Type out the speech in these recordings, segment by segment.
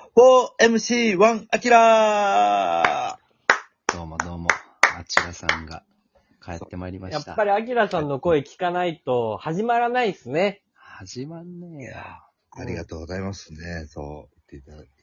4MC1 アキラー。 どうもどうも、あちらさんが帰ってまいりました。 やっぱりアキラさんの声聞かないと始まらないですね。 始まんねえよ。 ありがとうございますね。そう言っていただいて。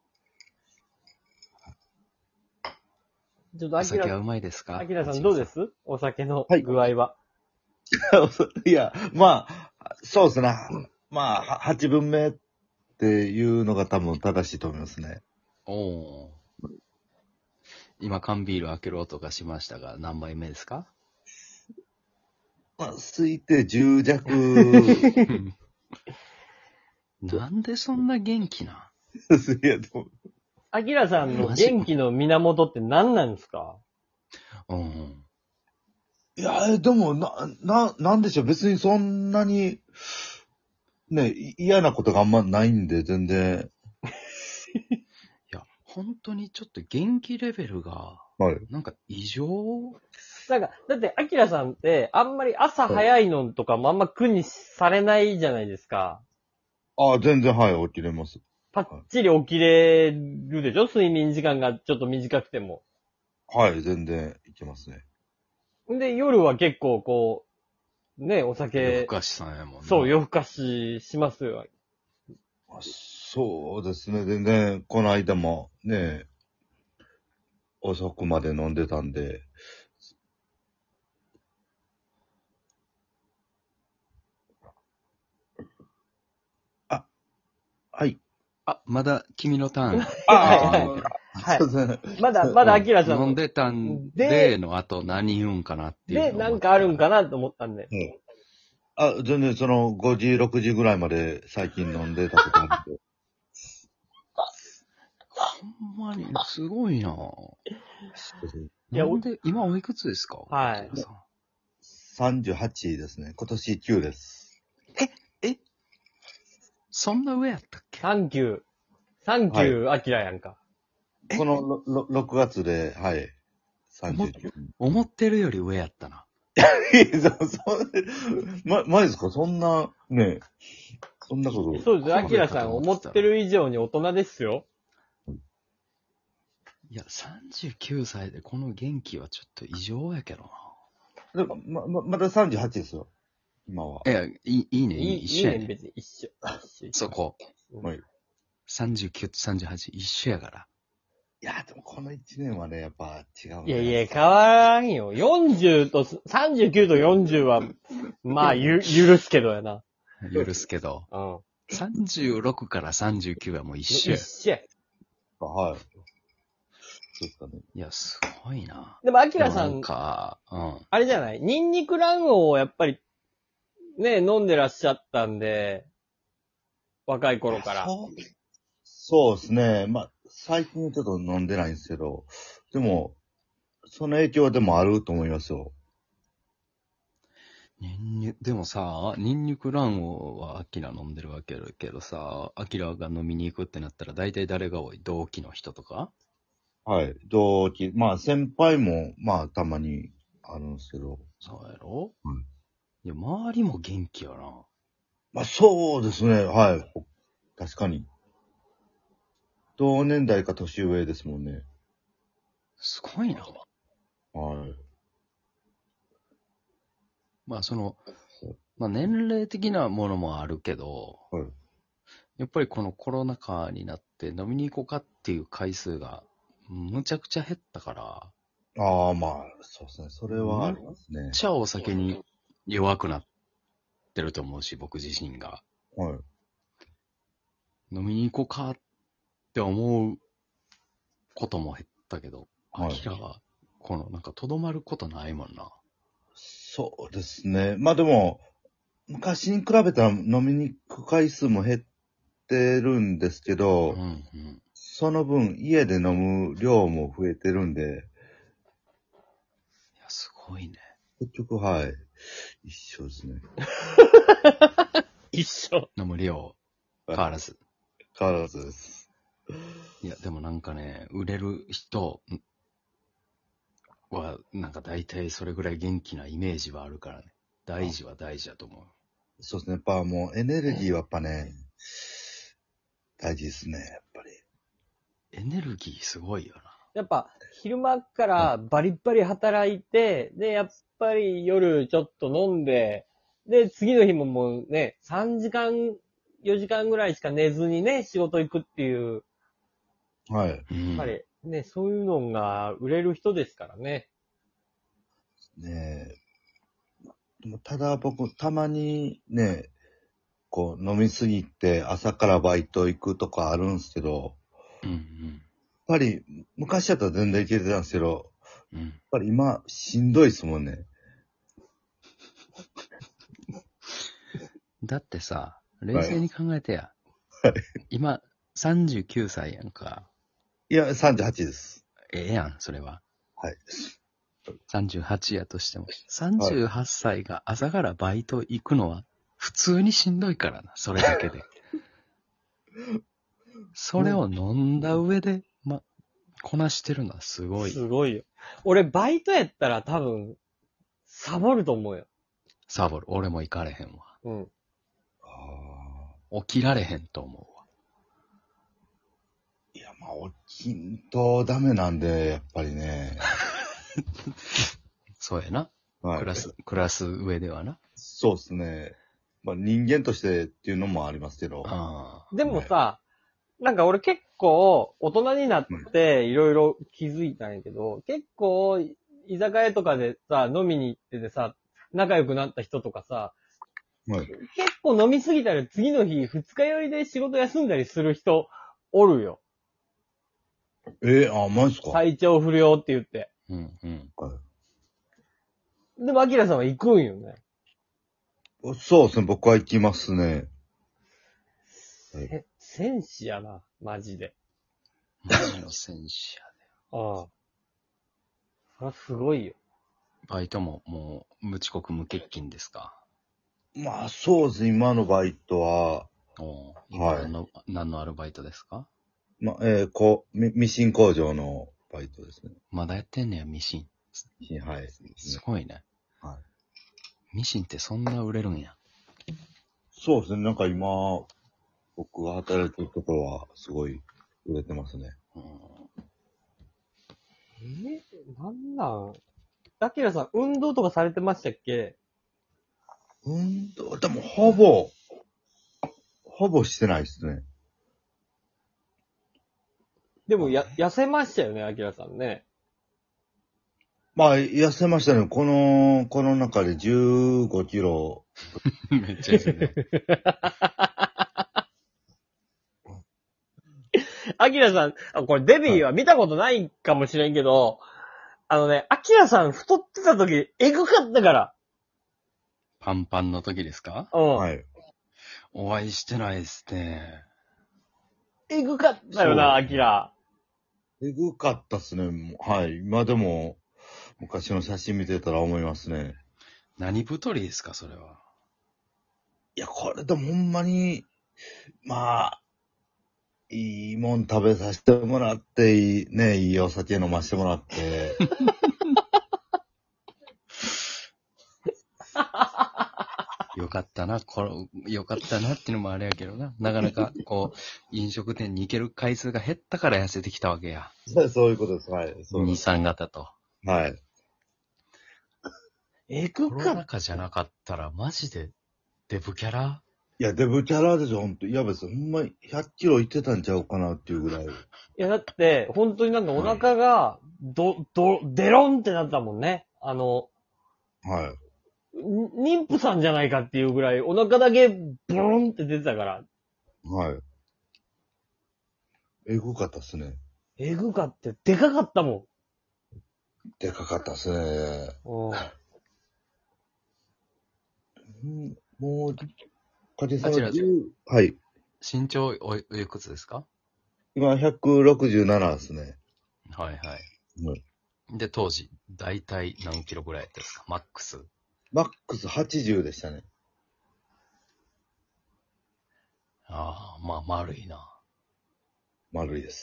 ちょっとお酒はうまいですか？ アキラさんどうですお酒の具合は。 いや、まあ、そうですね。まあ、8分目っていうのが多分正しいと思いますね。 おお。今缶ビール開ける音がしましたが、何杯目ですか？ まあ、推定10弱。 なんでそんな元気な？ いや、でも、 アキラさんの元気の源って何なんですか？ うんいや、でも、なんでしょう。別にそんなに、ね、嫌なことがあんまないんで、全然。 いや、本当にちょっと元気レベルが、 はい。 なんか異常？ なんか、だってアキラさんってあんまり朝早いのとかもあんま苦にされないじゃないですか。 ああ、全然、はい、起きれます。 パッチリ起きれるでしょ睡眠時間がちょっと短くても。 はい、全然いけますね。 で、夜は結構こう、ね、お夜酒更、かしさんやもんな。 そう、夜更かししますよ。 そうですね、全然、この間もね、遅くまで飲んでたんで、はい。 あ、まだ君のターン。 はいそうですね。 まだアキラさんの。 飲んでたんででの後何言うんかなっていうで、 のをなんかあるんかなと思ったんで。 全然その5時、6時ぐらいまで最近飲んでたことあるんで。 ほんまに、すごいなぁ。 いやなんで、今おいくつですか？ はいお父さん 38ですね。今年9です。 そんな上やったっけ？ サンキュー。サンキュー、アキラやんか。 この6月で、はい、39。 思ってるより上やったな。 マジですかそんな、ね、そんなこと。 そうです。アキラさん思ってる以上に大人ですよ。 いや、39歳でこの元気はちょっと異常やけどな。 でまだ38ですよ。今は。 いや、いいね、一緒やね。 別に一緒。 そこ。 はい。 39と38一緒やから。 いや、でもこの1年はね、やっぱ違うね。 いやいや、変わらんよ。39と40は、まあ、許すけどやな。 許すけど。 うん。 36から39はもう一緒や。 一緒や。 はい。そうですかね。 いや、すごいな。 でも、アキラさなんん、 か、 あれじゃないニンニク卵黄をやっぱり、ね、飲んでらっしゃったんで、若い頃から。 そうですね。まあ、最近ちょっと飲んでないんですけど、でも、その影響はでもあると思いますよ。 でもさ、ニンニク卵黄はアキラ飲んでるわけだけどさ、アキラが飲みに行くってなったら大体誰が多い？同期の人とか？ はい。同期、まあ先輩も、まあたまにあるんですけど。 そうやろ？ うん。 いや、周りも元気やな。 まあそうですね。はい。確かに。同年代か年上ですもんね。 すごいな。 はい。 まあまあ年齢的なものもあるけど、 はい。 やっぱりこのコロナ禍になって飲みに行こうかっていう回数がむちゃくちゃ減ったから、 ああ、まあ、そうですね。それはありますねめっ。ちゃお酒に弱くなってると思うし、僕自身が。 はい。 飲みに行こうかって思うことも減ったけど、 はいアキラは、なんかとどまることないもんな。 そうですね。まあでも、昔に比べたら飲みに行く回数も減ってるんですけど、 うんうん。 その分家で飲む量も増えてるんで、 いや、すごいね。 結局、はい。一緒ですね。 一緒。 飲む量、変わらず。 変わらずです。 いや、でもなんかね、売れる人は、なんか大体それぐらい元気なイメージはあるからね。大事は大事だと思う。 そうですね。やっぱもうエネルギーはやっぱね、大事ですね、やっぱり。 エネルギーすごいよな。 やっぱ、昼間からバリッバリ働いて、で、やっぱり夜ちょっと飲んで、で、次の日ももうね、3時間、4時間ぐらいしか寝ずにね、仕事行くっていう、 はい。 やっぱりね、そういうのが売れる人ですからね。 ねえ。でもただ僕、たまにね、こう、飲みすぎて朝からバイト行くとかあるんすけど、 うんやっぱり、昔だったら全然行けてたんですけど、 うん。うん。 やっぱり今、しんどいっすもんね。 だってさ、冷静に考えてや。今、39歳やんか。 いや、38です。 ええやん、それは。 はい。 38やとしても。38歳が朝からバイト行くのは普通にしんどいからな、それだけで。それを飲んだ上で、こなしてるのはすごい。 すごいよ。俺、バイトやったら多分、サボると思うよ。 サボる。俺も行かれへんわ。 うん。 あ起きられへんと思うわ。 ーいや、まあ、起きんとダメなんで、やっぱりね。 そうやな。 はい。 クラス上ではな。 そうですね。まあ、人間としてっていうのもありますけど。 ああ。 でもさ、なんか俺結構大人になっていろいろ気づいたんやけど、結構居酒屋とかでさ、飲みに行っててさ、仲良くなった人とかさ、 はい。 結構飲みすぎたら次の日二日酔いで仕事休んだりする人おるよ。 あ、マジっすか？ 体調不良って言って。 うんうん。 はでも、アキラさんは行くんよね。 い。そうですね、僕は行きますね。はい戦士やな、マジで。 マジの戦士やで。 ああ。それはすごいよ。 バイトももう無遅刻無欠勤ですか？ まあ、そうですね、今のバイトは、 おうはい何のアルバイトですか？ まあ、ミシン工場のバイトですね。 まだやってんねや、ミシン。 はい。 すごいね。 はい。 ミシンってそんな売れるんや。 そうですね、なんか今、僕が働いてるところは、すごい売れてますね。 うんなんなんアキラさん、運動とかされてましたっけ？ でも、ほぼしてないですね。 でも痩せましたよね、アキラさんね。 まあ、痩せましたね。この中で15キロ。 めっちゃいいね。 アキラさん、これデビーは見たことないかもしれんけど、アキラさん太ってた時、エグかったから。 パンパンの時ですか？ うん。 はい。 お会いしてないですね。 エグかったよな、アキラ。 えぐかったっすね。はい。今でも、昔の写真見てたら思いますね。 何太りですか、それは。 いや、これでもほんまに、まあ、いいもん食べさせてもらって、いいお酒飲ませてもらって。 よかったな、よかったなっていうのもあれやけどな。なかなか、飲食店に行ける回数が減ったから痩せてきたわけや。 そういうことです。はい。そう 2、3型と。 はい。 エコグかった。 ロナ禍じゃなかったら、マジで、デブキャラ？ いや、デブキャラでしょ、ほんと。いや、別にほんまに100キロいってたんちゃうかなっていうぐらい。 いや、だって、本当になんかお腹が、デロンってなったもんね。 はい。 妊婦さんじゃないかっていうぐらい、お腹だけ、ボロンって出てたから。 はい。えぐかったっすね。 エグかって、でかかったもでかかったっすね。 ん。 もう、カジさんはあちらはい。 身長おいくつですか？ 今、167ですね。 はいはい。 うんで、当時、だいたい何キロぐらいですか？マックス。 マックス80でしたね。 ああ、まあ、丸いな。 丸いです。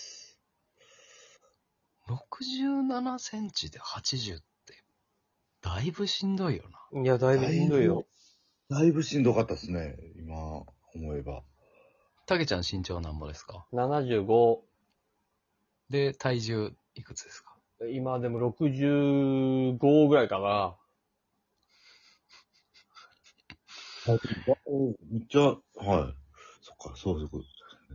67センチで80って、だいぶしんどいよな。 いや、だいぶしんどいよ。 だいぶしんどかったですね。今、思えば。 たけちゃん身長なんぼですか？ 75。 で、体重いくつですか？ 今でも65ぐらいかな。 めっちゃ、はい。そっか、そういうこと。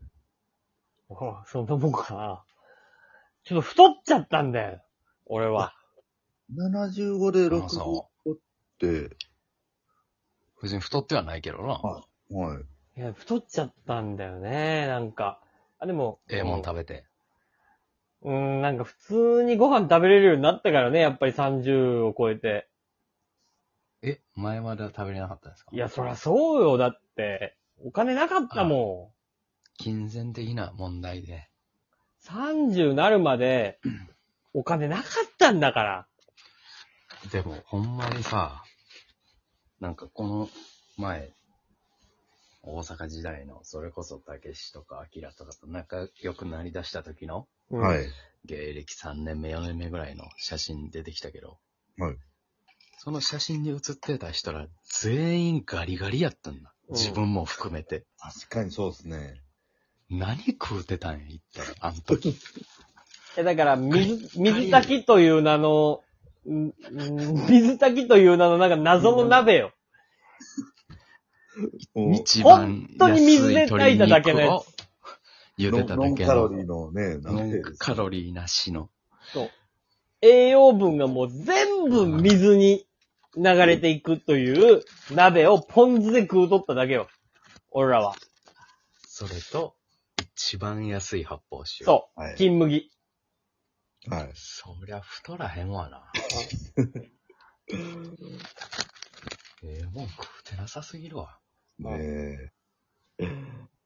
そんなもんかな。ちょっと太っちゃったんだよ。俺は。 75であ 65 そって、 別に太ってはないけどな。 はい。はい。 いや、太っちゃったんだよね、なんか。あ、でも、 ええもん食べて。 なんか普通にご飯食べれるようになったからね、やっぱり30を超えて。 え、前までは食べれなかったんですか？ いや、そりゃそうよ、だって。お金なかったも金銭的な問題で。 ん。30なるまで、お金なかったんだから。 でも、ほんまにさ、なんかこの前、大阪時代の、それこそたけしとかあきらとかと仲良くなりだした時の、 はい。 芸歴3年目、4年目ぐらいの写真出てきたけど、 はい。 その写真に写ってた人ら全員ガリガリやったんだ。自分も含めて。 確かにそうですね。 何食うてたんや、一体、あの時。 だから、水炊きという名の、水炊きという名のなんか謎の鍋よ。 一番本当に水で安い炊いただけのやを茹でただけノンカロの、 リーのね、 ノンカロリリーなしの。 そう。栄養分がもう全部水に流れていくという鍋をポン酢で食うとっただけよ。俺らは。 それと、一番安い発泡酒。 そう。 はい。 金麦。 はい。 そりゃ太らへんわな。もう食うてなさすぎるわ。 ねえ。